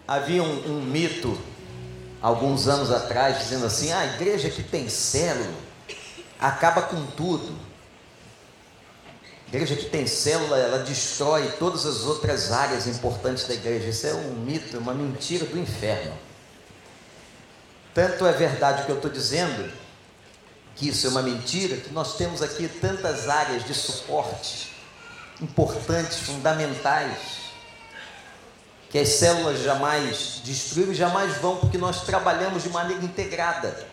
Havia um mito, alguns anos atrás, dizendo assim: a igreja que tem célula acaba com tudo. A igreja que tem célula, ela destrói todas as outras áreas importantes da igreja. Isso é um mito, uma mentira do inferno. Tanto é verdade o que eu estou dizendo, que isso é uma mentira, que nós temos aqui tantas áreas de suporte importantes, fundamentais, que as células jamais destruíram e jamais vão, porque nós trabalhamos de maneira integrada.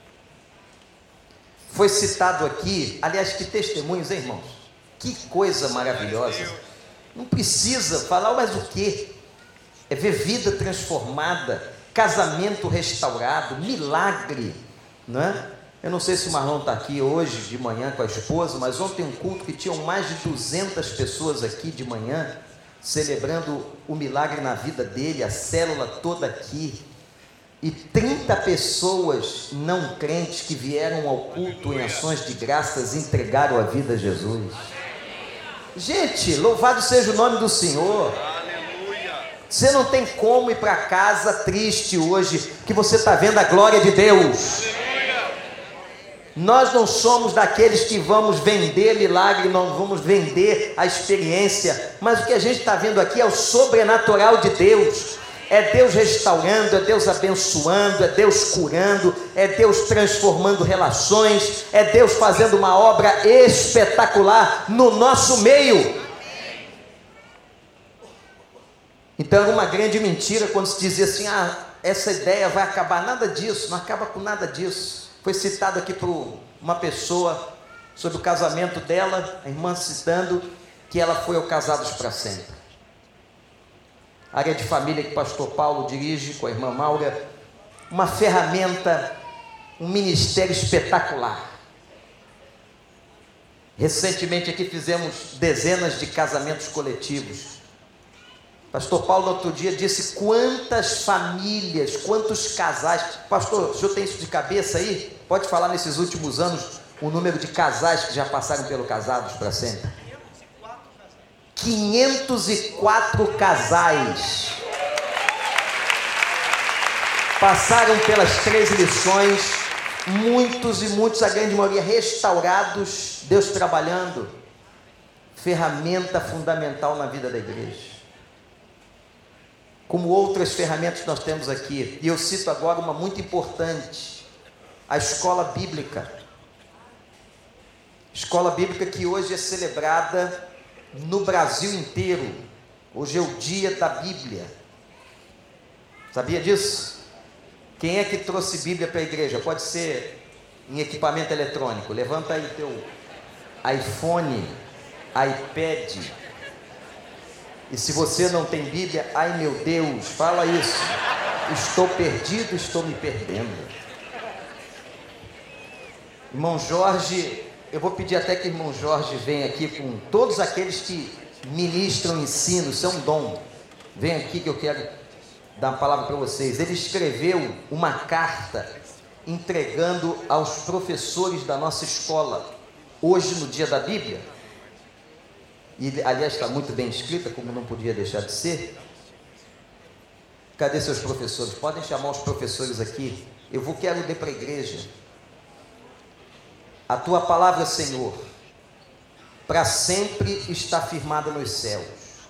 Foi citado aqui, aliás, que testemunhos, hein, irmãos? Que coisa maravilhosa. Não precisa falar mais o quê? É ver vida transformada, casamento restaurado, milagre, não é? Eu não sei se o Marlon está aqui hoje de manhã com a esposa, mas ontem um culto que tinham mais de 200 pessoas aqui de manhã, celebrando o milagre na vida dele, a célula toda aqui, e 30 pessoas não crentes que vieram ao culto em ações de graças entregaram a vida a Jesus. Gente, louvado seja o nome do Senhor. Você não tem como ir para casa triste hoje, que você está vendo a glória de Deus. Nós não somos daqueles que vamos vender milagre, não vamos vender a experiência, mas o que a gente está vendo aqui é o sobrenatural de Deus. É Deus restaurando, é Deus abençoando, é Deus curando, é Deus transformando relações, é Deus fazendo uma obra espetacular no nosso meio. Então era uma grande mentira quando se dizia assim: essa ideia vai acabar. Nada disso, não acaba com nada disso. Foi citado aqui por uma pessoa sobre o casamento dela, a irmã citando que ela foi ao Casados para Sempre. Área de família que o pastor Paulo dirige com a irmã Maura, uma ferramenta, um ministério espetacular. Recentemente aqui fizemos dezenas de casamentos coletivos. Pastor Paulo no outro dia disse quantas famílias, quantos casais. Pastor, o senhor tem isso de cabeça aí? Pode falar nesses últimos anos o número de casais que já passaram pelo Casados para Sempre? 504 casais passaram pelas 3 lições, muitos e muitos, a grande maioria restaurados, Deus trabalhando, ferramenta fundamental na vida da igreja, como outras ferramentas que nós temos aqui, e eu cito agora uma muito importante, a escola bíblica que hoje é celebrada no Brasil inteiro. Hoje é o dia da Bíblia. Sabia disso? Quem é que trouxe Bíblia para a igreja? Pode ser em equipamento eletrônico. Levanta aí o teu iPhone, iPad. E se você não tem Bíblia, ai meu Deus, fala isso. Estou perdido, estou me perdendo. Irmão Jorge, eu vou pedir até que o irmão Jorge venha aqui com todos aqueles que ministram ensino, isso é um dom. Vem aqui que eu quero dar uma palavra para vocês. Ele escreveu uma carta entregando aos professores da nossa escola, hoje no dia da Bíblia, e aliás está muito bem escrita, como não podia deixar de ser. Cadê seus professores? Podem chamar os professores aqui. Quero ler para a igreja. A tua palavra, Senhor, para sempre está firmada nos céus.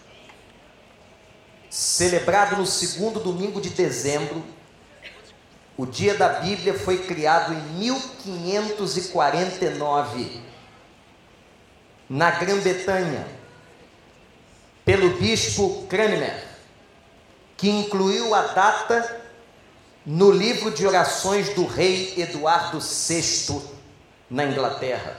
Celebrado no 2º domingo de dezembro, o dia da Bíblia foi criado em 1549, na Grã-Bretanha, pelo bispo Cranmer, que incluiu a data no livro de orações do rei Eduardo VI, na Inglaterra.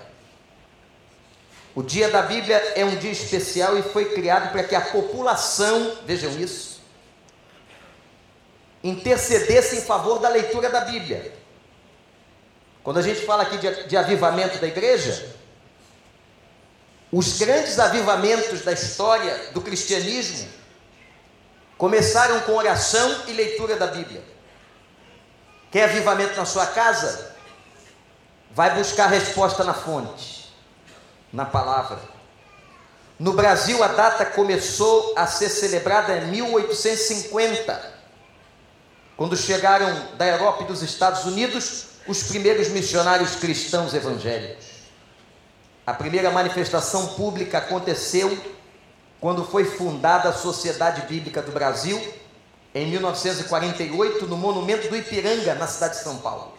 O dia da Bíblia é um dia especial e foi criado para que a população, vejam isso, intercedesse em favor da leitura da Bíblia. Quando a gente fala aqui de avivamento da igreja, os grandes avivamentos da história do cristianismo começaram com oração e leitura da Bíblia. Quer avivamento na sua casa? Vai buscar resposta na fonte, na palavra. No Brasil, a data começou a ser celebrada em 1850, quando chegaram da Europa e dos Estados Unidos os primeiros missionários cristãos evangélicos. A primeira manifestação pública aconteceu quando foi fundada a Sociedade Bíblica do Brasil, em 1948, no Monumento do Ipiranga, na cidade de São Paulo.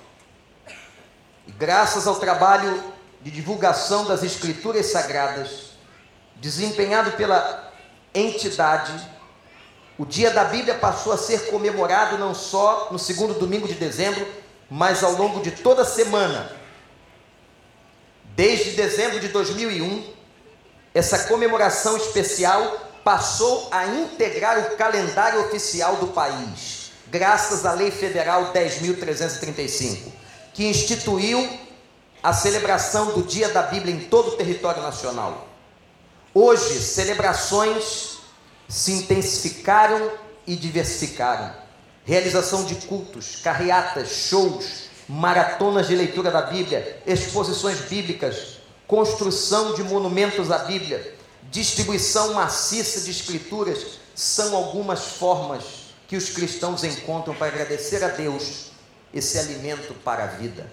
E graças ao trabalho de divulgação das Escrituras Sagradas, desempenhado pela entidade, o Dia da Bíblia passou a ser comemorado não só no segundo domingo de dezembro, mas ao longo de toda a semana. Desde dezembro de 2001, essa comemoração especial passou a integrar o calendário oficial do país, graças à Lei Federal 10.335, que instituiu a celebração do Dia da Bíblia em todo o território nacional. Hoje, celebrações se intensificaram e diversificaram. Realização de cultos, carreatas, shows, maratonas de leitura da Bíblia, exposições bíblicas, construção de monumentos à Bíblia, distribuição maciça de escrituras, são algumas formas que os cristãos encontram para agradecer a Deus esse alimento para a vida.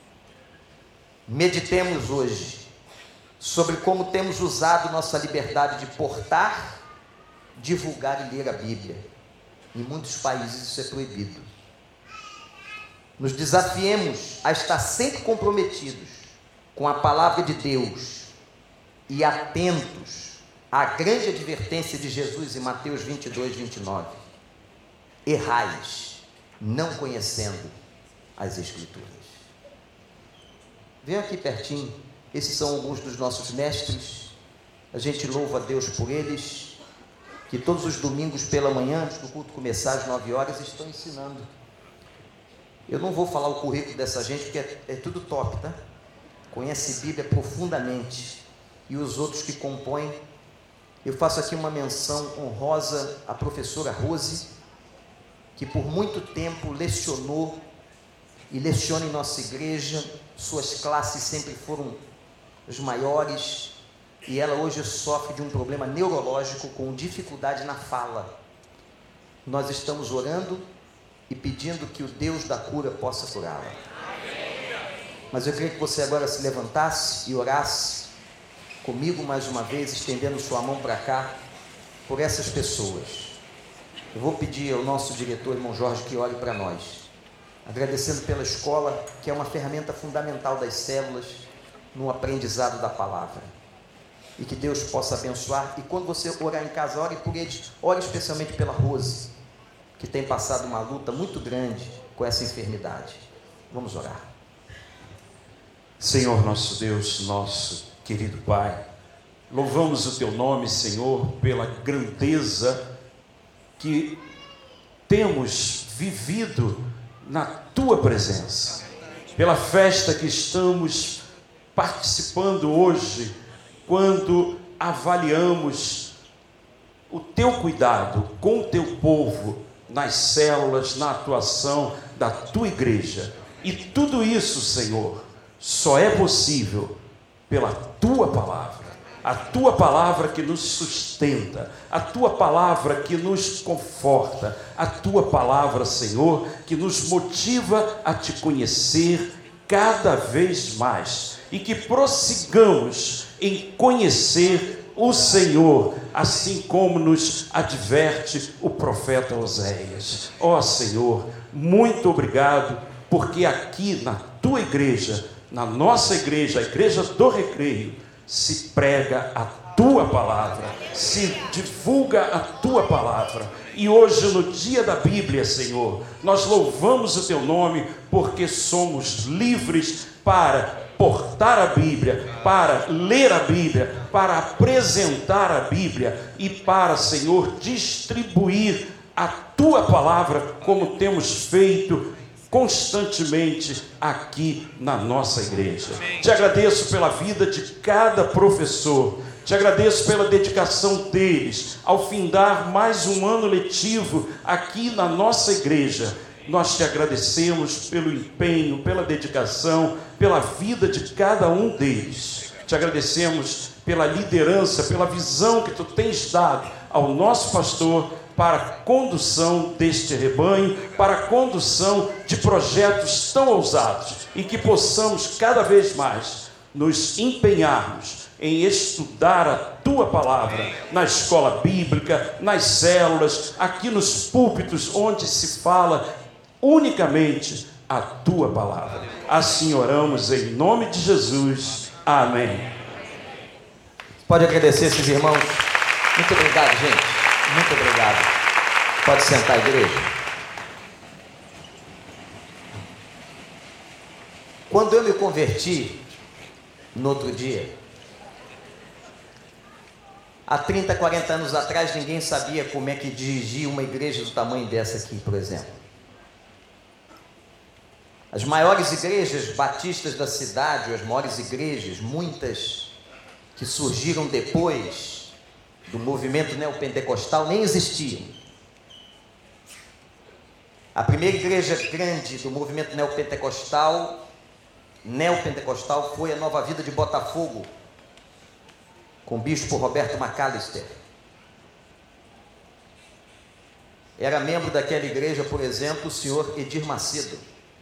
Meditemos hoje sobre como temos usado nossa liberdade de portar, divulgar e ler a Bíblia. Em muitos países isso é proibido. Nos desafiemos a estar sempre comprometidos com a palavra de Deus e atentos à grande advertência de Jesus em Mateus 22, 29. Errais, não conhecendo as Escrituras. Venham aqui pertinho. Esses são alguns dos nossos mestres. A gente louva a Deus por eles, que todos os domingos pela manhã, antes do culto começar às 9 horas, estão ensinando. Eu não vou falar o currículo dessa gente, porque é tudo top, tá? Conhece Bíblia profundamente. E os outros que compõem. Eu faço aqui uma menção honrosa à professora Rose, que por muito tempo lecionou e leciona em nossa igreja. Suas classes sempre foram as maiores, e ela hoje sofre de um problema neurológico com dificuldade na fala. Nós estamos orando e pedindo que o Deus da cura possa curá-la. Mas eu queria que você agora se levantasse e orasse comigo mais uma vez, estendendo sua mão para cá, por essas pessoas. Eu vou pedir ao nosso diretor, irmão Jorge, que ore para nós, agradecendo pela escola, que é uma ferramenta fundamental das células no aprendizado da palavra. E que Deus possa abençoar. E quando você orar em casa, ore por eles, ore especialmente pela Rose, que tem passado uma luta muito grande com essa enfermidade. Vamos orar. Senhor nosso Deus, nosso querido Pai, louvamos o Teu nome, Senhor, pela grandeza que temos vivido na Tua presença, pela festa que estamos participando hoje, quando avaliamos o Teu cuidado com o Teu povo nas células, na atuação da Tua igreja. E tudo isso, Senhor, só é possível pela Tua palavra. A Tua palavra que nos sustenta, a Tua palavra que nos conforta, a Tua palavra, Senhor, que nos motiva a Te conhecer cada vez mais, e que prossigamos em conhecer o Senhor, assim como nos adverte o profeta Oséias. Ó Senhor, muito obrigado, porque aqui na Tua igreja, na nossa igreja, a igreja do Recreio, se prega a Tua palavra, se divulga a Tua palavra. E hoje, no dia da Bíblia, Senhor, nós louvamos o Teu nome, porque somos livres para portar a Bíblia, para ler a Bíblia, para apresentar a Bíblia e para, Senhor, distribuir a Tua palavra, como temos feito constantemente aqui na nossa igreja. Te agradeço pela vida de cada professor, te agradeço pela dedicação deles ao findar mais um ano letivo aqui na nossa igreja. Nós te agradecemos pelo empenho, pela dedicação, pela vida de cada um deles. Te agradecemos pela liderança, pela visão que Tu tens dado ao nosso pastor para a condução deste rebanho, para a condução de projetos tão ousados, e que possamos cada vez mais nos empenharmos em estudar a Tua Palavra, na escola bíblica, nas células, aqui nos púlpitos, onde se fala unicamente a Tua Palavra. Assim oramos em nome de Jesus. Amém. Pode agradecer esses irmãos. Muito obrigado, gente. Muito obrigado. Pode sentar, igreja. Quando eu me converti, no outro dia, há 30, 40 anos atrás, ninguém sabia como é que dirigia uma igreja do tamanho dessa aqui, por exemplo. As maiores igrejas batistas da cidade, ou as maiores igrejas, muitas que surgiram depois do movimento neopentecostal, nem existiam. A primeira igreja grande do movimento neopentecostal foi a Nova Vida de Botafogo, com o bispo Roberto Macalister. Era membro daquela igreja, por exemplo, o senhor Edir Macedo.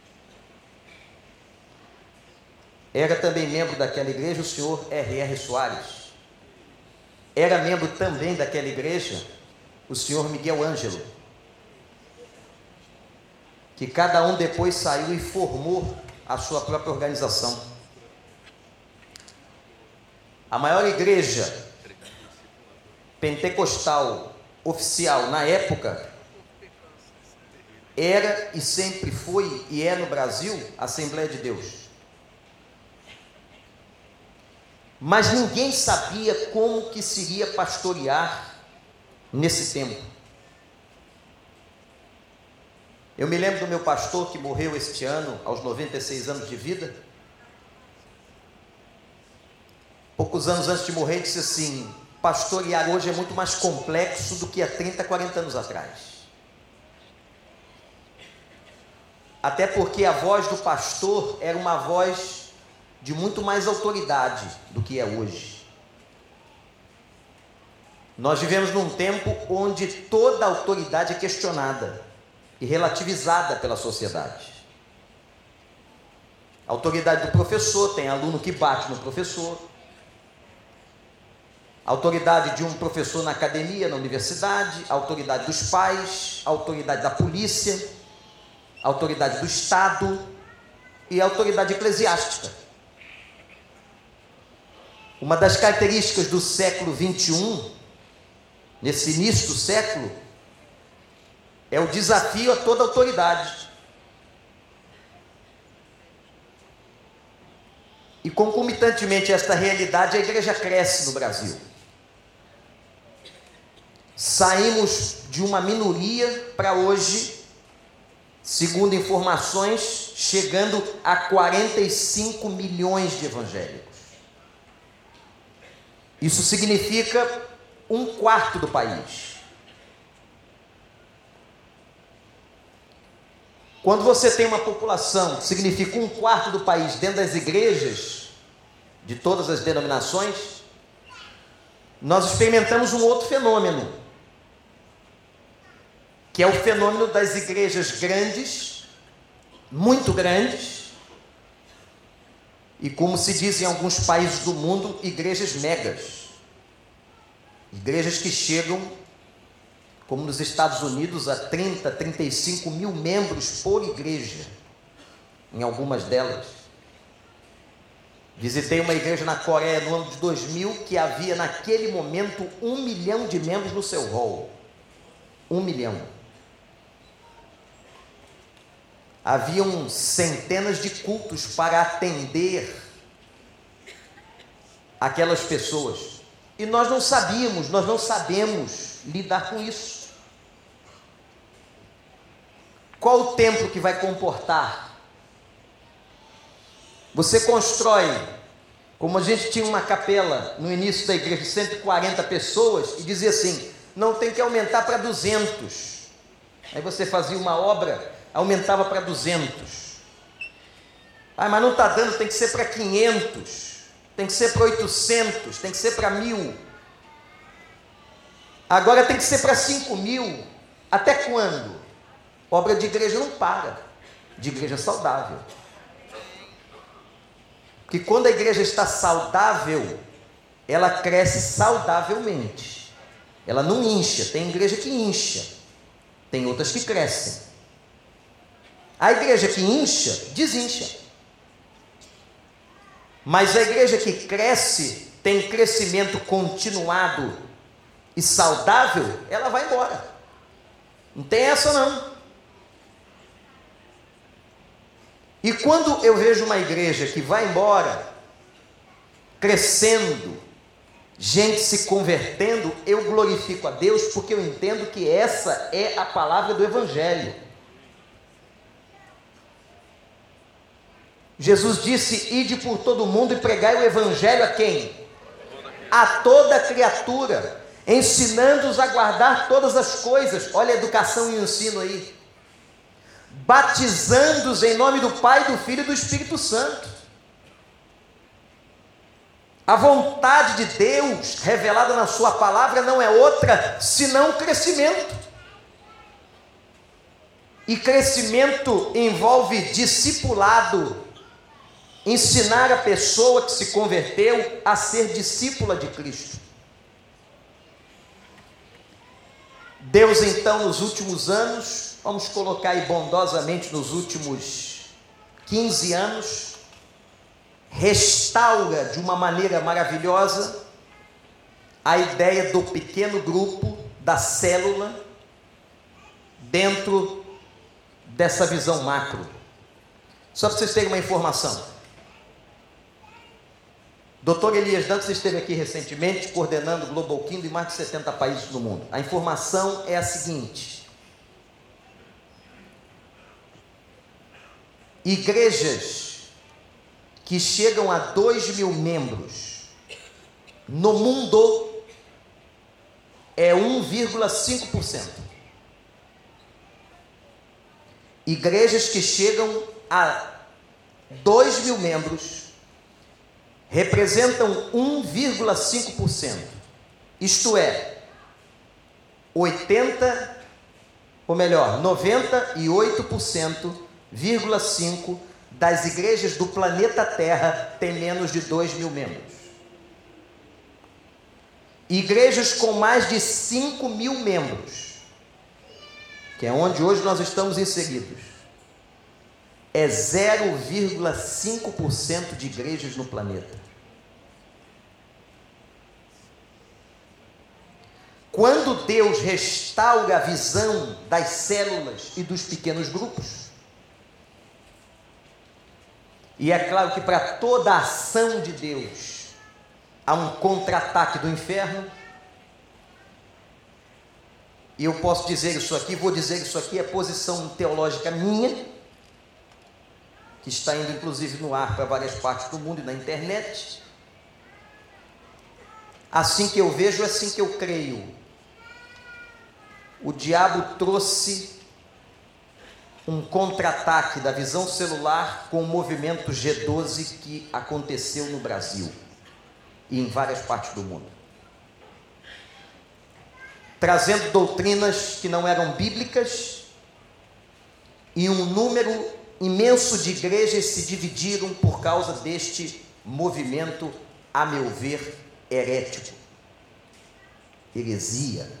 Era também membro daquela igreja o senhor R.R. Soares. Era membro também daquela igreja o senhor Miguel Ângelo, que cada um depois saiu e formou a sua própria organização. A maior igreja pentecostal oficial na época era e sempre foi e é no Brasil a Assembleia de Deus. Mas ninguém sabia como que se iria pastorear nesse tempo. Eu me lembro do meu pastor que morreu este ano, aos 96 anos de vida. Poucos anos antes de morrer, disse assim: pastorear hoje é muito mais complexo do que há 30, 40 anos atrás. Até porque a voz do pastor era uma voz de muito mais autoridade do que é hoje. Nós vivemos num tempo onde toda autoridade é questionada e relativizada pela sociedade. A autoridade do professor, tem aluno que bate no professor. A autoridade de um professor na academia, na universidade, a autoridade dos pais, a autoridade da polícia, a autoridade do Estado e a autoridade eclesiástica. Uma das características do século XXI, nesse início do século, é o desafio a toda autoridade. E concomitantemente a esta realidade, a igreja cresce no Brasil. Saímos de uma minoria para hoje, segundo informações, chegando a 45 milhões de evangélicos. Isso significa 1/4 do país. Quando você tem uma população que significa 1/4 do país dentro das igrejas, de todas as denominações, nós experimentamos um outro fenômeno, que é o fenômeno das igrejas grandes, muito grandes, e como se diz em alguns países do mundo, igrejas megas. Igrejas que chegam, como nos Estados Unidos, a 30, 35 mil membros por igreja, em algumas delas. Visitei uma igreja na Coreia no ano de 2000, que havia naquele momento 1 milhão de membros no seu hall. 1 milhão. Haviam centenas de cultos para atender aquelas pessoas. E nós não sabemos lidar com isso. Qual o templo que vai comportar? Você constrói, como a gente tinha uma capela no início da igreja de 140 pessoas, e dizia assim: não, tem que aumentar para 200. Aí você fazia uma obra, aumentava para 200. Ah, mas não está dando, tem que ser para 500, tem que ser para 800, tem que ser para 1000. Agora tem que ser para 5.000. Até quando? Obra de igreja não para, de igreja saudável. Porque quando a igreja está saudável, ela cresce saudavelmente. Ela não incha. Tem igreja que incha, tem outras que crescem. A igreja que incha, desincha. Mas a igreja que cresce, tem crescimento continuado e saudável, ela vai embora. Não tem essa não. E quando eu vejo uma igreja que vai embora, crescendo, gente se convertendo, eu glorifico a Deus, porque eu entendo que essa é a palavra do Evangelho. Jesus disse: ide por todo mundo e pregai o Evangelho a quem? A toda criatura, ensinando-os a guardar todas as coisas. Olha a educação e o ensino aí. Batizando-os em nome do Pai, do Filho e do Espírito Santo. A vontade de Deus revelada na sua palavra não é outra senão crescimento. E crescimento envolve discipulado, ensinar a pessoa que se converteu a ser discípula de Cristo. Deus então, nos últimos anos, vamos colocar aí bondosamente nos últimos 15 anos, restaura de uma maneira maravilhosa a ideia do pequeno grupo, da célula, dentro dessa visão macro. Só para vocês terem uma informação. Dr. Elias Dantas esteve aqui recentemente coordenando o Global Kingdom em mais de 70 países do mundo. A informação é a seguinte: igrejas que chegam a 2.000 membros no mundo é 1,5%. Igrejas que chegam a 2.000 membros representam 1,5%. Isto é, 98,5% das igrejas do planeta Terra tem menos de 2.000 membros. Igrejas com mais de 5.000 membros, que é onde hoje nós estamos inseridos, é 0,5% de igrejas no planeta. Quando Deus restaura a visão das células e dos pequenos grupos, e é claro que para toda a ação de Deus há um contra-ataque do inferno, e eu posso dizer isso aqui, vou dizer isso aqui, é posição teológica minha, que está indo inclusive no ar para várias partes do mundo e na internet. Assim que eu vejo, assim que eu creio. O diabo trouxe um contra-ataque da visão celular com o movimento G12 que aconteceu no Brasil e em várias partes do mundo, trazendo doutrinas que não eram bíblicas, e um número imenso de igrejas se dividiram por causa deste movimento, a meu ver, herético, heresia.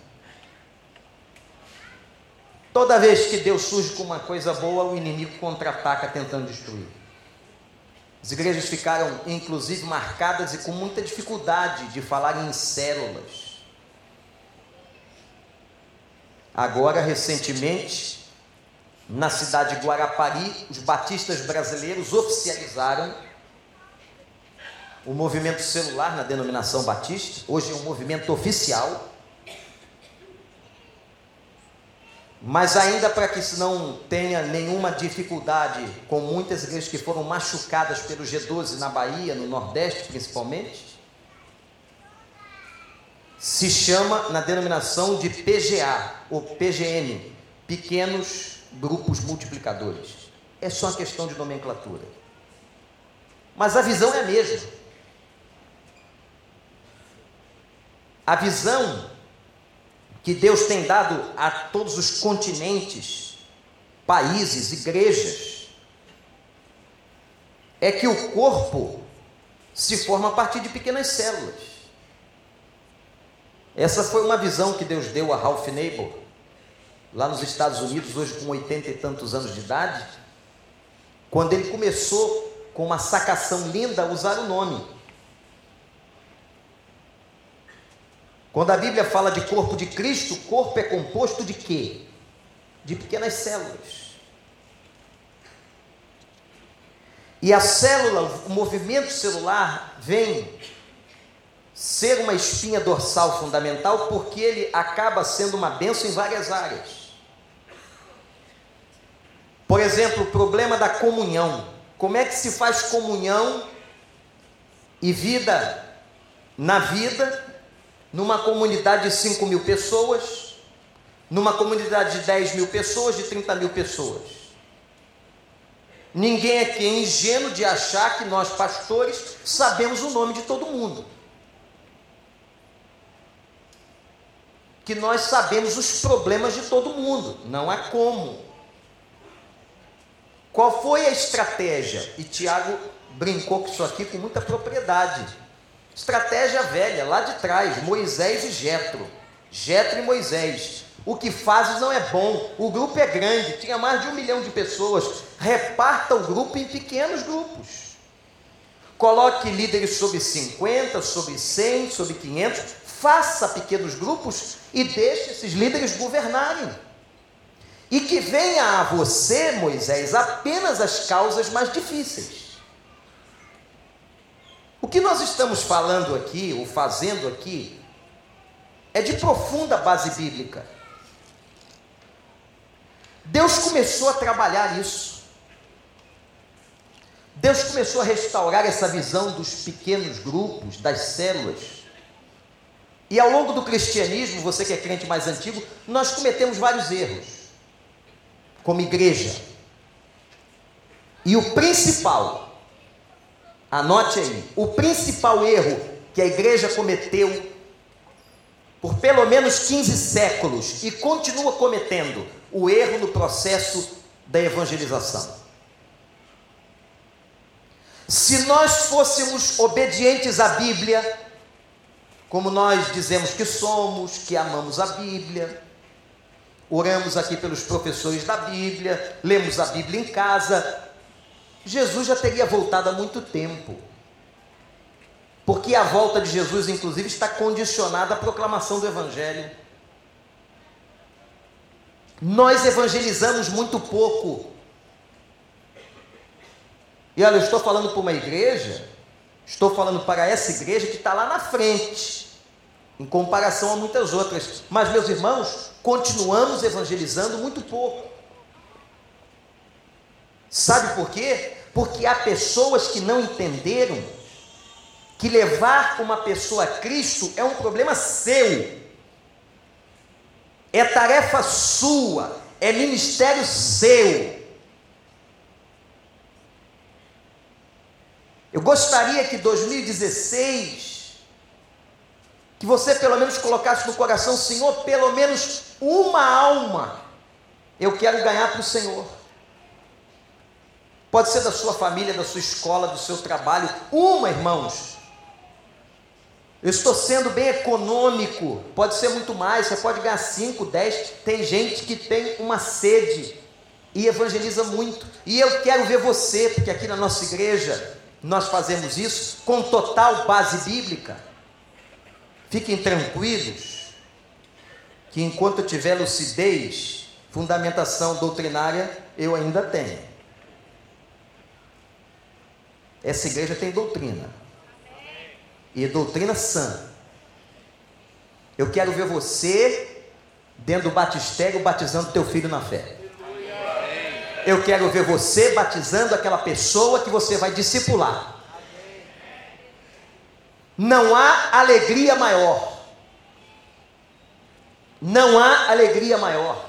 Toda vez que Deus surge com uma coisa boa, o inimigo contra-ataca tentando destruir. As igrejas ficaram, inclusive, marcadas e com muita dificuldade de falar em células. Agora, recentemente, na cidade de Guarapari, os batistas brasileiros oficializaram o movimento celular na denominação batista. Hoje é um movimento oficial. Mas ainda para que isso não tenha nenhuma dificuldade com muitas igrejas que foram machucadas pelo G12 na Bahia, no Nordeste principalmente, se chama na denominação de PGA, ou PGM, Pequenos Grupos Multiplicadores. É só uma questão de nomenclatura. Mas a visão é a mesma. A visão que Deus tem dado a todos os continentes, países, igrejas, é que o corpo se forma a partir de pequenas células. Essa foi uma visão que Deus deu a Ralph Neighbor, lá nos Estados Unidos, hoje com 80 e tantos anos de idade, quando ele começou com uma sacação linda a usar o nome. Quando a Bíblia fala de corpo de Cristo, o corpo é composto de quê? De pequenas células. E a célula, o movimento celular, vem ser uma espinha dorsal fundamental, porque ele acaba sendo uma bênção em várias áreas. Por exemplo, o problema da comunhão. Como é que se faz comunhão e vida na vida, numa comunidade de 5 mil pessoas, numa comunidade de 10 mil pessoas, de 30 mil pessoas? Ninguém aqui é ingênuo de achar que nós, pastores, sabemos o nome de todo mundo. Que nós sabemos os problemas de todo mundo. Não há como. Qual foi a estratégia? E Tiago brincou com isso aqui com muita propriedade. Estratégia velha, lá de trás, Moisés e Jetro. Jetro e Moisés. O que fazes não é bom, o grupo é grande, tinha mais de 1 milhão de pessoas. Reparta o grupo em pequenos grupos. Coloque líderes sobre 50, sobre 100, sobre 500. Faça pequenos grupos e deixe esses líderes governarem. E que venha a você, Moisés, apenas as causas mais difíceis. O que nós estamos falando aqui, ou fazendo aqui, é de profunda base bíblica. Deus começou a trabalhar isso. Deus começou a restaurar essa visão dos pequenos grupos, das células. E ao longo do cristianismo, você que é crente mais antigo, nós cometemos vários erros, como igreja. E o principal, anote aí, o principal erro que a igreja cometeu por pelo menos 15 séculos e continua cometendo, o erro no processo da evangelização. Se nós fôssemos obedientes à Bíblia, como nós dizemos que somos, que amamos a Bíblia, oramos aqui pelos professores da Bíblia, lemos a Bíblia em casa, Jesus já teria voltado há muito tempo. Porque a volta de Jesus, inclusive, está condicionada à proclamação do Evangelho. Nós evangelizamos muito pouco. E olha, eu estou falando para uma igreja, estou falando para essa igreja que está lá na frente, em comparação a muitas outras. Mas, meus irmãos, continuamos evangelizando muito pouco. Sabe por quê? Porque há pessoas que não entenderam que levar uma pessoa a Cristo é um problema seu, é tarefa sua, é ministério seu. Eu gostaria que 2016, que você pelo menos colocasse no coração: Senhor, pelo menos uma alma eu quero ganhar para o Senhor. Pode ser da sua família, da sua escola, do seu trabalho, uma, irmãos. Eu estou sendo bem econômico, pode ser muito mais, você pode ganhar 5, 10, tem gente que tem uma sede e evangeliza muito, e eu quero ver você, porque aqui na nossa igreja nós fazemos isso com total base bíblica. Fiquem tranquilos, que enquanto eu tiver lucidez, fundamentação doutrinária, eu ainda tenho. Essa igreja tem doutrina. E doutrina sã. Eu quero ver você dentro do batistério batizando teu filho na fé. Eu quero ver você batizando aquela pessoa que você vai discipular. Não há alegria maior. Não há alegria maior.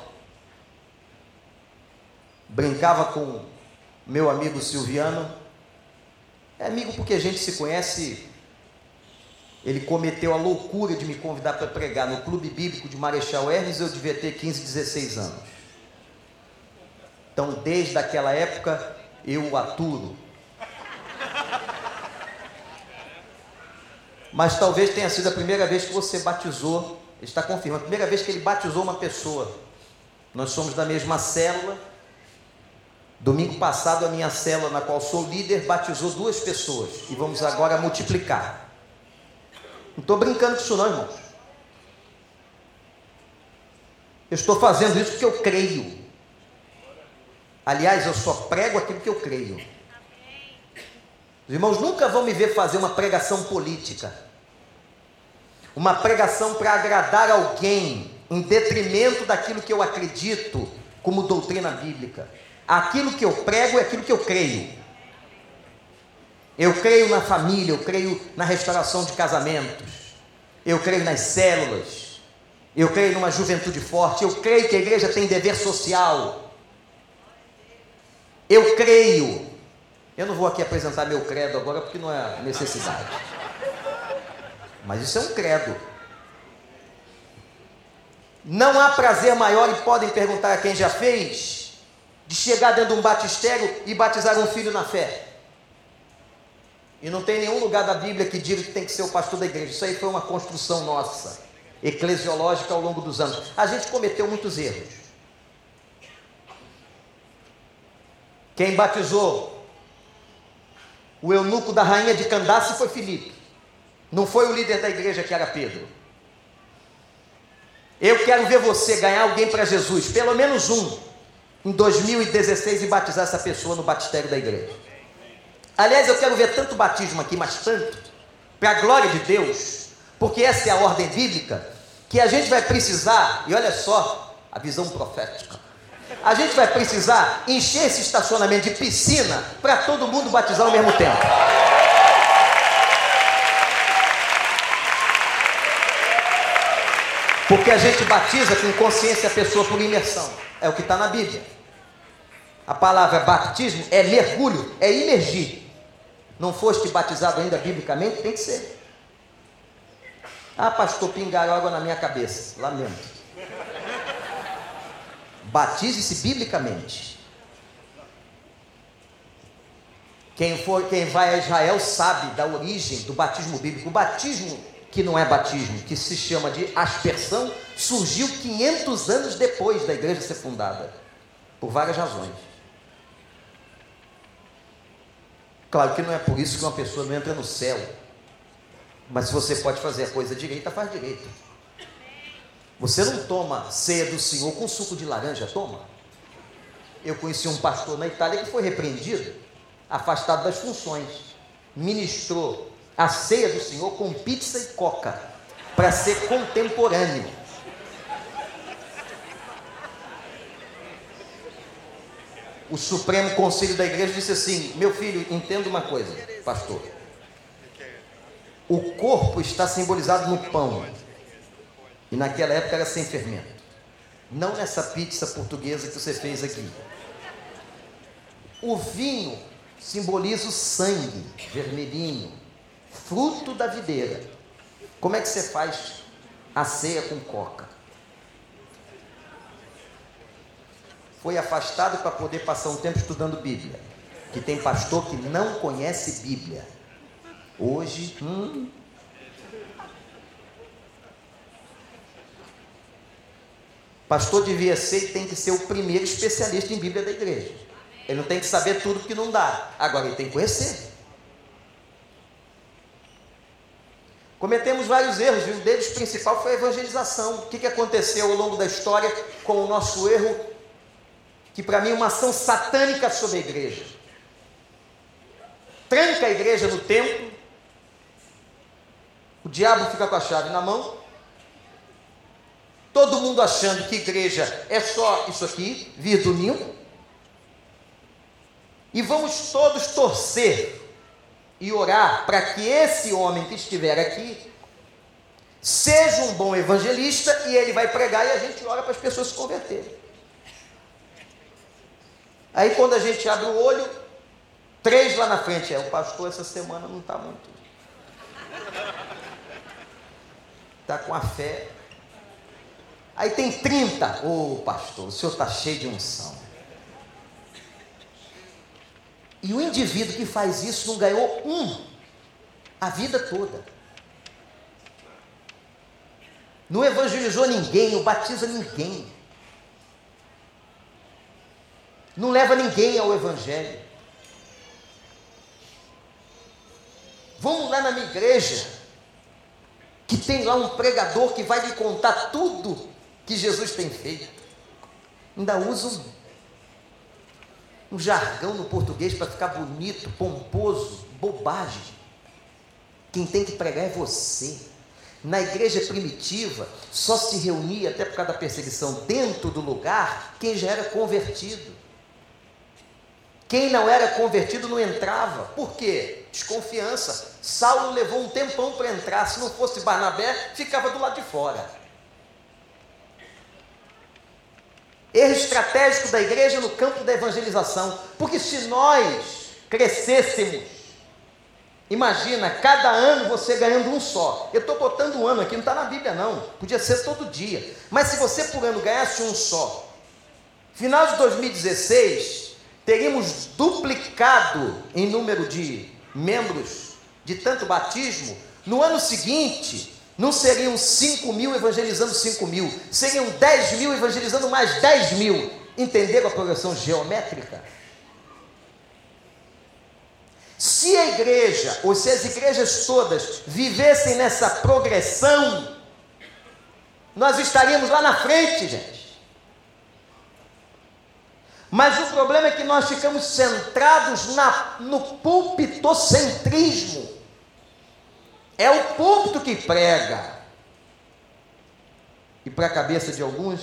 Brincava com meu amigo Silviano. É amigo porque a gente se conhece ele cometeu a loucura de me convidar para pregar no Clube Bíblico de Marechal Hermes. Eu devia ter 15, 16 anos. Então, desde aquela época, eu o aturo. Mas talvez tenha sido a primeira vez que você batizou, está confirmando, a primeira vez que ele batizou uma pessoa. Nós somos da mesma célula. Domingo passado, a minha célula, na qual sou líder, batizou 2 pessoas. E vamos agora multiplicar. Não estou brincando com isso não, irmãos. Eu estou fazendo isso porque eu creio. Aliás, eu só prego aquilo que eu creio. Os irmãos nunca vão me ver fazer uma pregação política. Uma pregação para agradar alguém, em detrimento daquilo que eu acredito como doutrina bíblica. Aquilo que eu prego é aquilo que eu creio. Eu creio na família, eu creio na restauração de casamentos, eu creio nas células, eu creio numa juventude forte, eu creio que a igreja tem dever social. Eu creio. Eu não vou aqui apresentar meu credo agora porque não é necessidade. Mas isso é um credo. Não há prazer maior, e podem perguntar a quem já fez, de chegar dentro de um batistério e batizar um filho na fé. E não tem nenhum lugar da Bíblia que diga que tem que ser o pastor da igreja. Isso aí foi uma construção nossa, eclesiológica, ao longo dos anos. A gente cometeu muitos erros. Quem batizou o eunuco da rainha de Candace foi Filipe. Não foi o líder da igreja, que era Pedro. Eu quero ver você ganhar alguém para Jesus, pelo menos um, em 2016, e batizar essa pessoa no batistério da igreja. Aliás, eu quero ver tanto batismo aqui, mas tanto, para a glória de Deus, porque essa é a ordem bíblica, que a gente vai precisar, e olha só a visão profética, a gente vai precisar encher esse estacionamento de piscina para todo mundo batizar ao mesmo tempo. Porque a gente batiza com consciência a pessoa por imersão, é o que está na Bíblia. A palavra batismo é mergulho, é imergir. Não foste batizado ainda biblicamente? Tem que ser. Ah, pastor, pingaram água na minha cabeça. Lamento. Batize-se biblicamente. Quem vai a Israel sabe da origem do batismo bíblico. O batismo que não é batismo, que se chama de aspersão, surgiu 500 anos depois da igreja ser fundada, por várias razões. Claro que não é por isso que uma pessoa não entra no céu, mas se você pode fazer a coisa direita, faz direito. Você não toma ceia do Senhor com suco de laranja, toma? Eu conheci um pastor na Itália que foi repreendido, afastado das funções, ministrou a ceia do Senhor com pizza e coca, para ser contemporâneo. O Supremo Conselho da Igreja disse assim: meu filho, entenda uma coisa, pastor, o corpo está simbolizado no pão, e naquela época era sem fermento, não nessa pizza portuguesa que você fez aqui. O vinho simboliza o sangue vermelhinho, fruto da videira. Como é que você faz a ceia com coca? Foi afastado para poder passar um tempo estudando Bíblia, que tem pastor que não conhece Bíblia. Hoje, pastor devia ser e tem que ser o primeiro especialista em Bíblia da igreja. Ele não tem que saber tudo porque não dá, agora ele tem que conhecer. Cometemos vários erros, e um deles principal foi a evangelização. O que aconteceu ao longo da história com o nosso erro, que para mim é uma ação satânica sobre a igreja? Tranca a igreja no templo, o diabo fica com a chave na mão, todo mundo achando que igreja é só isso aqui, vir domingo, e vamos todos torcer e orar para que esse homem que estiver aqui seja um bom evangelista, e ele vai pregar e a gente ora para as pessoas se converterem. Aí quando a gente abre o olho, 3 lá na frente, o pastor essa semana não está muito. está com a fé. Aí tem 30. Ô pastor, o senhor está cheio de unção. E o indivíduo que faz isso não ganhou a vida toda. Não evangelizou ninguém, não batiza ninguém. Não leva ninguém ao evangelho. Vamos lá na minha igreja, que tem lá um pregador que vai lhe contar tudo que Jesus tem feito. Ainda usa um jargão no português para ficar bonito, pomposo, bobagem. Quem tem que pregar é você. Na igreja primitiva, só se reunia, até por causa da perseguição, dentro do lugar, quem já era convertido. Quem não era convertido não entrava. Por quê? Desconfiança. Saulo levou um tempão para entrar. Se não fosse Barnabé, ficava do lado de fora. Erro estratégico da igreja no campo da evangelização. Porque se nós crescêssemos, imagina, cada ano você ganhando um só. Eu estou botando um ano aqui, não está na Bíblia não. Podia ser todo dia. Mas se você por ano ganhasse um só, final de 2016, teríamos duplicado em número de membros de tanto batismo. No ano seguinte, não seriam 5 mil evangelizando 5 mil, seriam 10 mil evangelizando mais 10 mil. Entenderam a progressão geométrica? Se a igreja, ou se as igrejas todas vivessem nessa progressão, nós estaríamos lá na frente, gente. Mas o problema é que nós ficamos centrados no púlpitocentrismo. É o púlpito que prega. E para a cabeça de alguns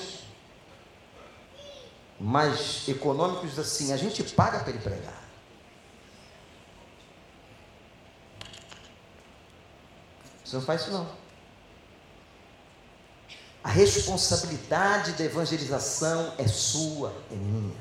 mais econômicos, assim, a gente paga para ele pregar. Você não faz isso não. A responsabilidade da evangelização é sua, é minha.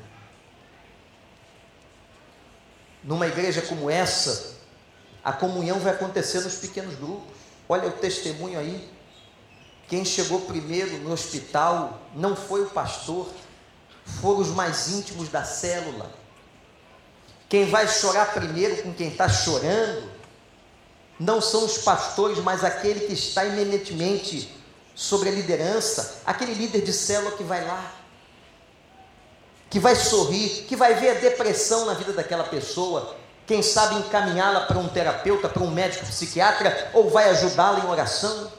Numa igreja como essa, a comunhão vai acontecer nos pequenos grupos. Olha o testemunho aí. Quem chegou primeiro no hospital não foi o pastor, foram os mais íntimos da célula. Quem vai chorar primeiro com quem está chorando não são os pastores, mas aquele que está eminentemente sobre a liderança, aquele líder de célula que vai lá, que vai sorrir, que vai ver a depressão na vida daquela pessoa, quem sabe encaminhá-la para um terapeuta, para um médico psiquiatra, ou vai ajudá-la em oração.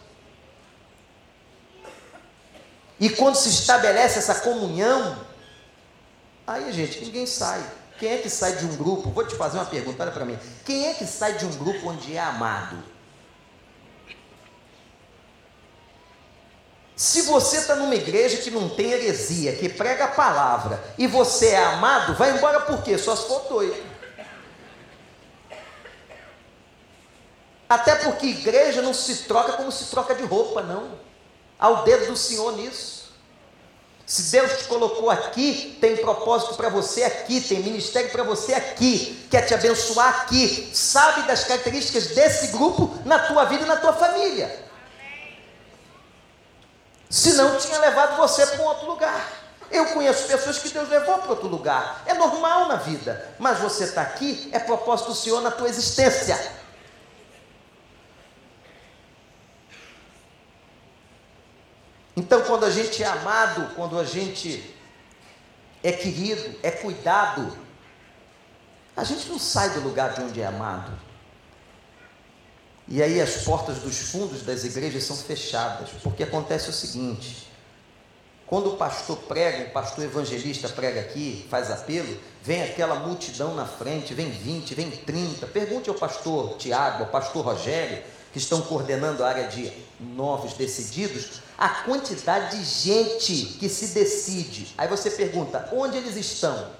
E quando se estabelece essa comunhão, aí, gente, ninguém sai. Quem é que sai de um grupo? Vou te fazer uma pergunta, olha para mim. Quem é que sai de um grupo onde é amado? Se você está numa igreja que não tem heresia, que prega a palavra, e você é amado, vai embora por quê? Só se for doido. Até porque igreja não se troca como se troca de roupa, não. Há o dedo do Senhor nisso. Se Deus te colocou aqui, tem propósito para você aqui, tem ministério para você aqui, quer te abençoar aqui, sabe das características desse grupo na tua vida e na tua família. Senão tinha levado você para um outro lugar. Eu conheço pessoas que Deus levou para outro lugar. É normal na vida, mas você está aqui, é propósito do Senhor na tua existência. Então, quando a gente é amado, quando a gente é querido, é cuidado, a gente não sai do lugar de onde é amado. E aí as portas dos fundos das igrejas são fechadas, porque acontece o seguinte: quando o pastor prega, o pastor evangelista prega aqui, faz apelo, vem aquela multidão na frente, vem 20, vem 30, pergunte ao pastor Tiago, ao pastor Rogério, que estão coordenando a área de novos decididos, a quantidade de gente que se decide. Aí você pergunta, onde eles estão?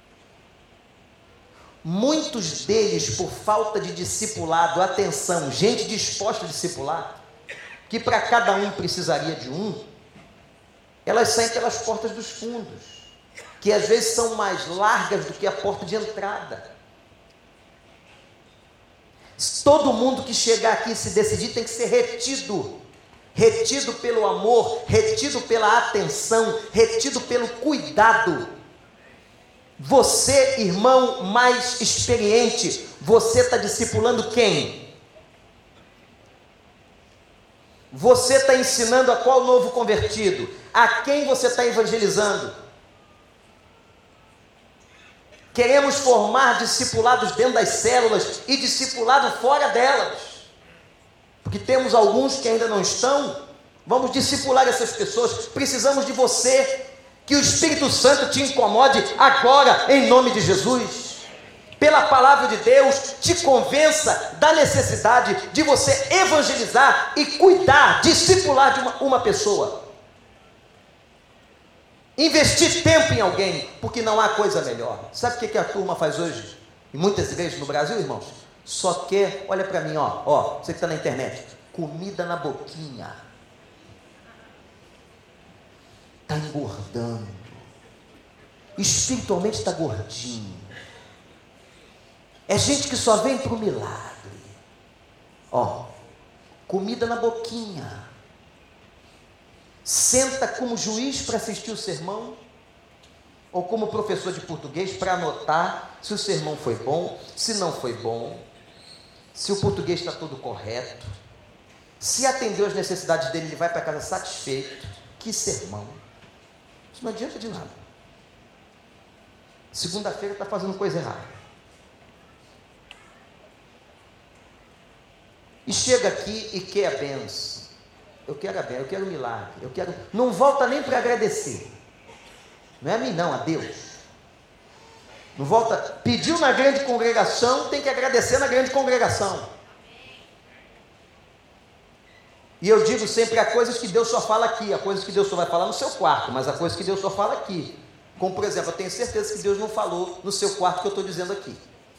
Muitos deles, por falta de discipulado, atenção, gente disposta a discipular, que para cada um precisaria de um, elas saem pelas portas dos fundos, que às vezes são mais largas do que a porta de entrada. Todo mundo que chegar aqui e se decidir tem que ser retido retido pelo amor, retido pela atenção, retido pelo cuidado. Você, irmão mais experiente, você está discipulando quem? Você está ensinando a qual novo convertido? A quem você está evangelizando? Queremos formar discipulados dentro das células e discipulado fora delas, porque temos alguns que ainda não estão. Vamos discipular essas pessoas. Precisamos de você. Que o Espírito Santo te incomode agora, em nome de Jesus. Pela palavra de Deus, te convença da necessidade de você evangelizar e cuidar, discipular de uma pessoa. Investir tempo em alguém, porque não há coisa melhor. Sabe o que a turma faz hoje? Em muitas igrejas no Brasil, irmãos? Só quer, olha para mim, você que está na internet, comida na boquinha. Está engordando, espiritualmente está gordinho, é gente que só vem para o milagre, comida na boquinha, senta como juiz para assistir o sermão, ou como professor de português para anotar se o sermão foi bom, se não foi bom, se o português está todo correto, se atendeu às necessidades dele, ele vai para casa satisfeito. Que sermão! Isso não adianta de nada. Segunda-feira está fazendo coisa errada. E chega aqui e quer a benção. Eu quero a benção, eu quero o milagre. Não volta nem para agradecer. Não é a mim não, a Deus. Não volta, pediu na grande congregação, tem que agradecer na grande congregação. E eu digo sempre, há coisas que Deus só fala aqui, há coisas que Deus só vai falar no seu quarto, mas há coisas que Deus só fala aqui. Como, por exemplo, eu tenho certeza que Deus não falou no seu quarto que eu estou dizendo aqui.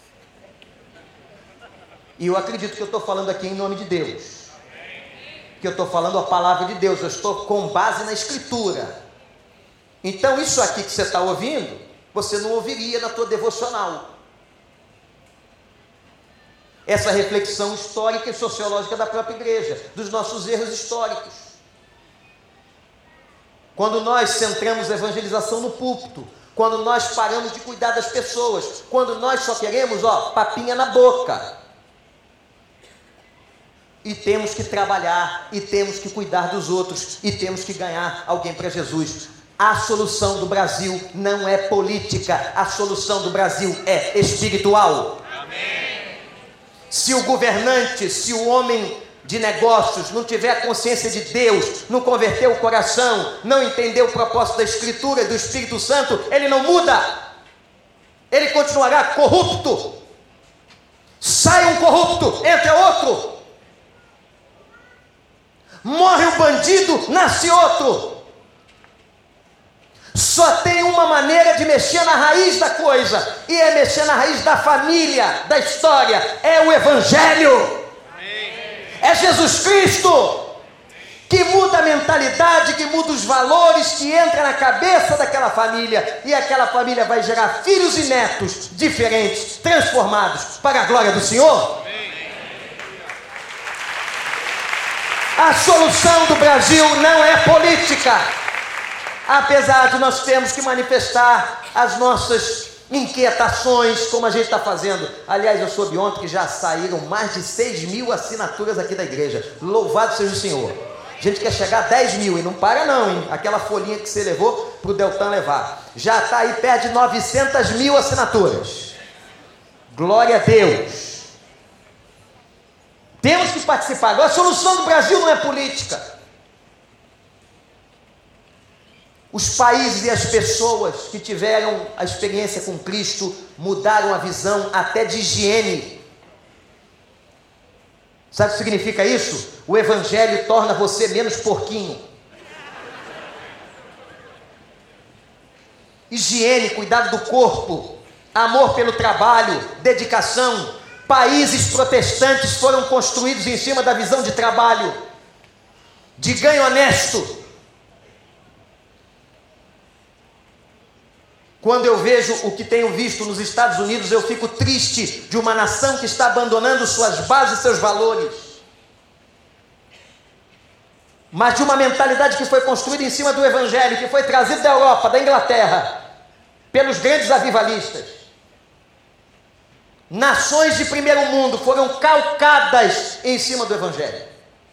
E eu acredito que eu estou falando aqui em nome de Deus. Que eu estou falando a palavra de Deus, eu estou com base na Escritura. Então, isso aqui que você está ouvindo, você não ouviria na tua devocional. Essa reflexão histórica e sociológica da própria igreja, dos nossos erros históricos. Quando nós centramos a evangelização no púlpito, quando nós paramos de cuidar das pessoas, quando nós só queremos, papinha na boca. E temos que trabalhar, e temos que cuidar dos outros, e temos que ganhar alguém para Jesus. A solução do Brasil não é política, a solução do Brasil é espiritual. Amém. Se o governante, se o homem de negócios não tiver a consciência de Deus, não converter o coração, não entender o propósito da Escritura e do Espírito Santo, ele não muda, ele continuará corrupto. Sai um corrupto, entra outro. Morre um bandido, nasce outro. Só tem uma maneira de mexer na raiz da coisa, e é mexer na raiz da família, da história, é o Evangelho. É Jesus Cristo que muda a mentalidade, que muda os valores, que entra na cabeça daquela família, e aquela família vai gerar filhos e netos diferentes, transformados para a glória do Senhor. A solução do Brasil não é política, apesar de nós termos que manifestar as nossas inquietações, como a gente está fazendo. Aliás, eu soube ontem que já saíram mais de 6.000 assinaturas aqui da igreja. Louvado seja o Senhor. A gente quer chegar a 10.000 e não para não, hein? Aquela folhinha que você levou para o Deltan levar. Já está aí perto de 900.000 assinaturas. Glória a Deus. Temos que participar. Agora, a solução do Brasil não é política. Os países e as pessoas que tiveram a experiência com Cristo mudaram a visão até de higiene. Sabe o que significa isso? O Evangelho torna você menos porquinho. Higiene, cuidado do corpo, amor pelo trabalho, dedicação. Países protestantes foram construídos em cima da visão de trabalho, de ganho honesto. Quando eu vejo o que tenho visto nos Estados Unidos, eu fico triste de uma nação que está abandonando suas bases e seus valores. mas de uma mentalidade que foi construída em cima do Evangelho, que foi trazido da Europa, da Inglaterra, pelos grandes avivalistas. Nações de primeiro mundo foram calcadas em cima do Evangelho.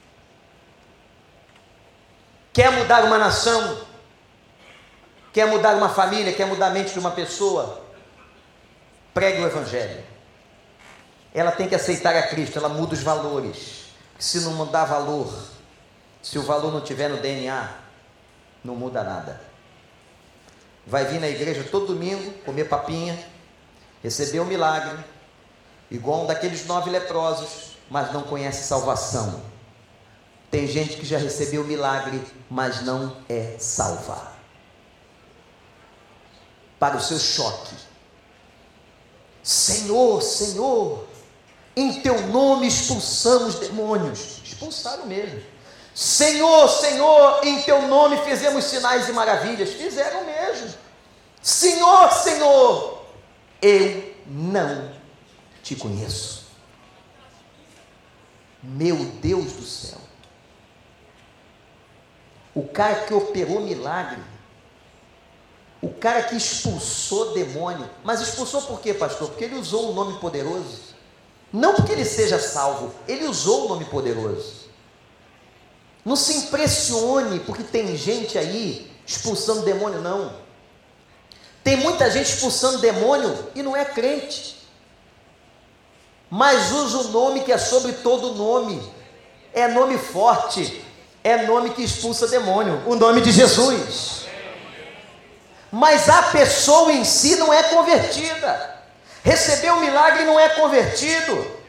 Quer mudar uma nação? Quer mudar uma família? Quer mudar a mente de uma pessoa? Pregue o Evangelho. Ela tem que aceitar a Cristo, ela muda os valores. Se não mudar valor, se o valor não tiver no DNA, não muda nada. Vai vir na igreja todo domingo, comer papinha, receber um milagre, igual um daqueles 9 leprosos, mas não conhece salvação. Tem gente que já recebeu o milagre, mas não é salva. Para o seu choque: Senhor, Senhor, em teu nome expulsamos demônios. Expulsaram mesmo. Senhor, Senhor, em teu nome fizemos sinais e maravilhas. Fizeram mesmo. Senhor, Senhor, eu não te conheço. Meu Deus do céu. O cara que operou milagre, o cara que expulsou demônio. Mas expulsou por quê, pastor? Porque ele usou o nome poderoso. Não porque ele seja salvo, ele usou o nome poderoso. Não se impressione porque tem gente aí expulsando demônio, não. Tem muita gente expulsando demônio e não é crente, mas usa o nome que é sobre todo nome. É nome forte, é nome que expulsa demônio, o nome de Jesus. Mas a pessoa em si não é convertida. Recebeu o milagre e não é convertido.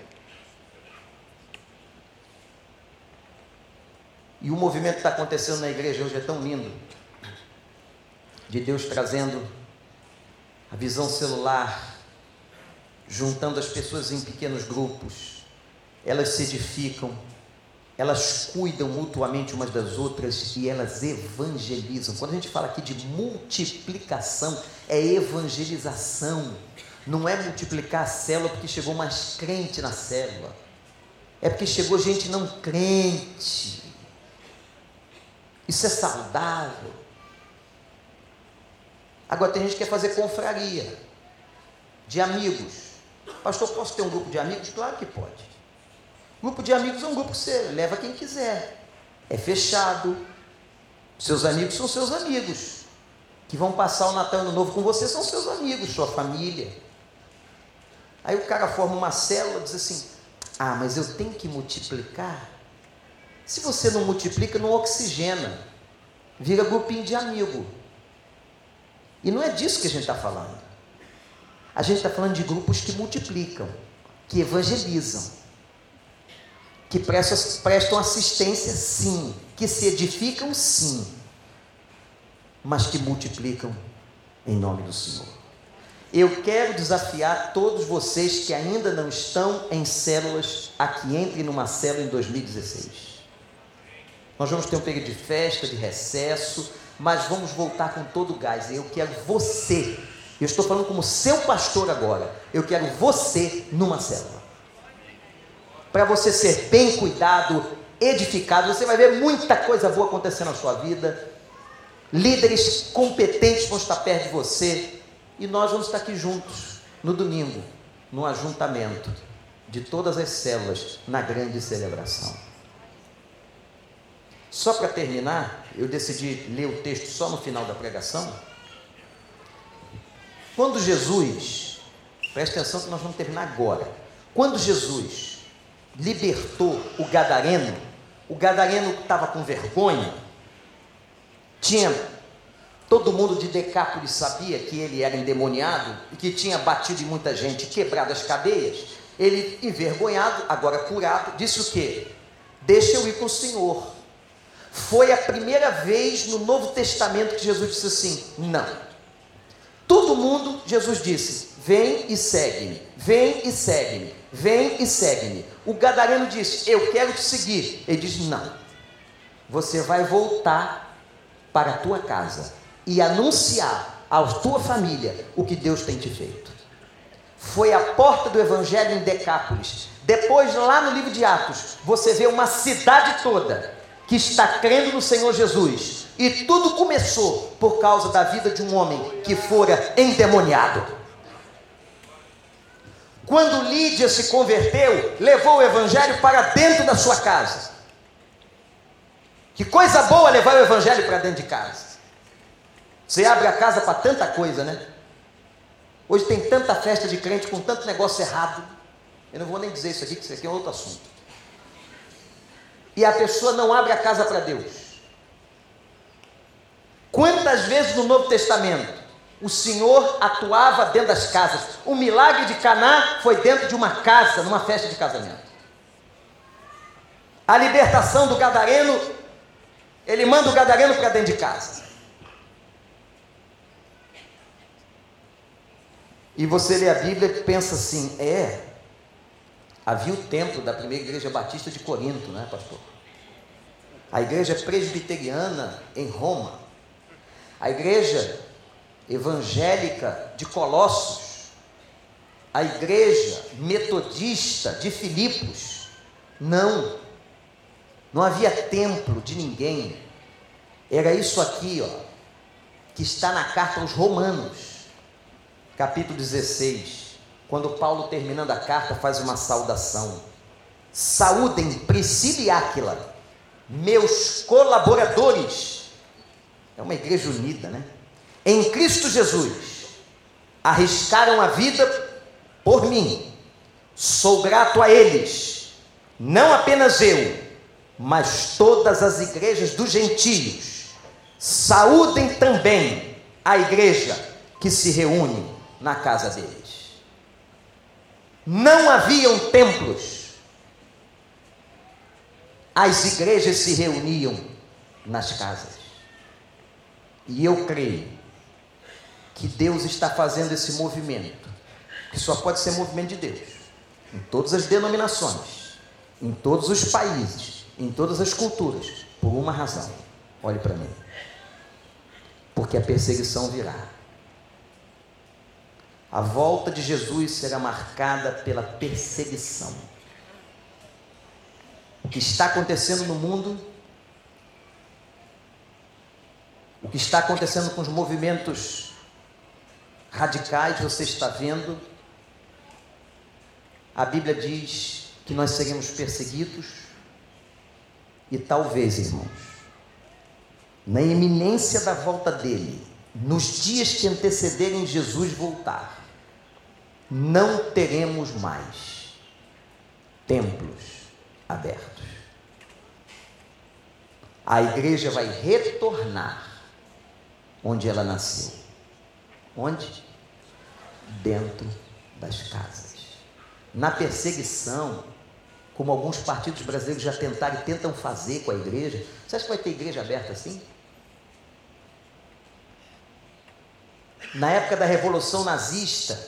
E o movimento que está acontecendo na igreja hoje é tão lindo, de Deus trazendo a visão celular, juntando as pessoas em pequenos grupos. Elas se edificam, elas cuidam mutuamente umas das outras e elas evangelizam. Quando a gente fala aqui de multiplicação, é evangelização. Não é multiplicar a célula porque chegou mais crente na célula, é porque chegou gente não crente. Isso é saudável. Agora tem gente que quer fazer confraria de amigos. Pastor, posso ter um grupo de amigos? Claro que pode. Grupo de amigos é um grupo que você leva quem quiser, é fechado. Seus amigos são seus amigos, que vão passar o Natal e o Ano Novo com você, são seus amigos, sua família. Aí o cara forma uma célula e diz assim: ah, mas eu tenho que multiplicar. Se você não multiplica, não oxigena, vira grupinho de amigo. E não é disso que a gente está falando. A gente está falando de grupos que multiplicam, que evangelizam, que prestam assistência, sim, que se edificam, sim, mas que multiplicam em nome do Senhor. Eu quero desafiar todos vocês que ainda não estão em células, a que entrem numa célula em 2016. Nós vamos ter um período de festa, de recesso, mas vamos voltar com todo o gás. Eu quero você, eu estou falando como seu pastor agora, eu quero você numa célula, para você ser bem cuidado, edificado. Você vai ver muita coisa boa acontecendo na sua vida, líderes competentes vão estar perto de você, e nós vamos estar aqui juntos, no domingo, no ajuntamento de todas as células, na grande celebração. Só para terminar, eu decidi ler o texto só no final da pregação. Quando Jesus, presta atenção que nós vamos terminar agora. Quando Jesus libertou o gadareno estava com vergonha, todo mundo de Decápolis sabia que ele era endemoniado e que tinha batido em muita gente, quebrado as cadeias. Ele, envergonhado, agora curado, disse o quê? Deixa eu ir com o Senhor. Foi a primeira vez no Novo Testamento que Jesus disse assim: não. Todo mundo, Jesus disse: vem e segue-me, vem e segue-me, vem e segue-me. O gadareno disse: eu quero te seguir. Ele diz: não, você vai voltar para a tua casa e anunciar à tua família o que Deus tem te feito. Foi a porta do Evangelho em Decápolis. Depois, lá no livro de Atos, você vê uma cidade toda que está crendo no Senhor Jesus. E tudo começou por causa da vida de um homem que fora endemoniado. Quando Lídia se converteu, levou o evangelho para dentro da sua casa. Que coisa boa levar o evangelho para dentro de casa. Você abre a casa para tanta coisa, né? Hoje tem tanta festa de crente com tanto negócio errado. Eu não vou nem dizer isso aqui, que isso aqui é outro assunto. E a pessoa não abre a casa para Deus. Quantas vezes no Novo Testamento o Senhor atuava dentro das casas? O milagre de Caná foi dentro de uma casa, numa festa de casamento. A libertação do gadareno, ele manda o gadareno para dentro de casa. E você lê a Bíblia e pensa assim, havia o templo da primeira igreja batista de Corinto, né, pastor? A igreja presbiteriana em Roma, a igreja evangélica de Colossos, a igreja metodista de Filipos. Não havia templo de ninguém. Era isso aqui, que está na carta aos Romanos, capítulo 16, quando Paulo, terminando a carta, faz uma saudação. Saúdem Priscila e Áquila, meus colaboradores. É uma igreja unida, né? Em Cristo Jesus, arriscaram a vida por mim. Sou grato a eles, não apenas eu, mas todas as igrejas dos gentios. Saúdem também a igreja que se reúne na casa deles. Não haviam templos. As igrejas se reuniam nas casas. E eu creio que Deus está fazendo esse movimento, que só pode ser movimento de Deus, em todas as denominações, em todos os países, em todas as culturas, por uma razão. Olhe para mim. Porque a perseguição virá. A volta de Jesus será marcada pela perseguição. O que está acontecendo no mundo, o que está acontecendo com os movimentos radicais, você está vendo. A Bíblia diz que nós seremos perseguidos e talvez, irmãos, na iminência da volta dele, nos dias que antecederem Jesus voltar, não teremos mais templos abertos. A igreja vai retornar onde ela nasceu. Onde? Dentro das casas. Na perseguição, como alguns partidos brasileiros já tentaram e tentam fazer com a igreja. Você acha que vai ter igreja aberta assim? Na época da Revolução Nazista,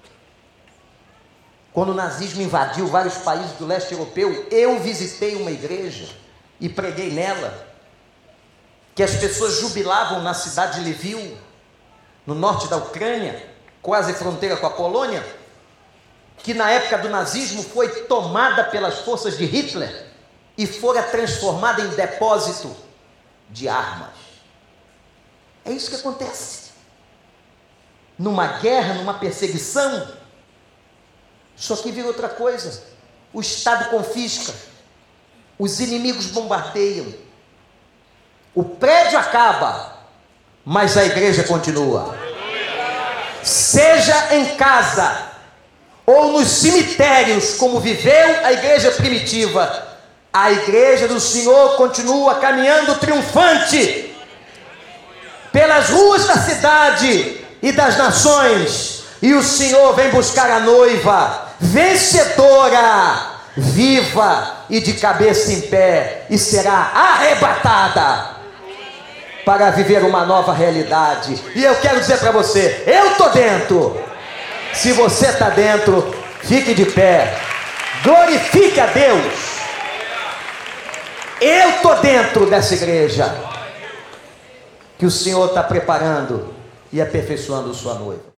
quando o nazismo invadiu vários países do leste europeu, eu visitei uma igreja e preguei nela, que as pessoas jubilavam na cidade de Lviv, no norte da Ucrânia, quase fronteira com a Polônia, que na época do nazismo foi tomada pelas forças de Hitler e fora transformada em depósito de armas. É isso que acontece. Numa guerra, numa perseguição, só que vira outra coisa. O Estado confisca, os inimigos bombardeiam, o prédio acaba, mas a igreja continua. Seja em casa ou nos cemitérios, como viveu a igreja primitiva, a igreja do Senhor continua caminhando triunfante pelas ruas da cidade e das nações, e o Senhor vem buscar a noiva vencedora, viva e de cabeça em pé, e será arrebatada para viver uma nova realidade. E eu quero dizer para você, eu estou dentro. Se você está dentro, fique de pé, glorifique a Deus. Eu estou dentro dessa igreja que o Senhor está preparando e aperfeiçoando sua noiva.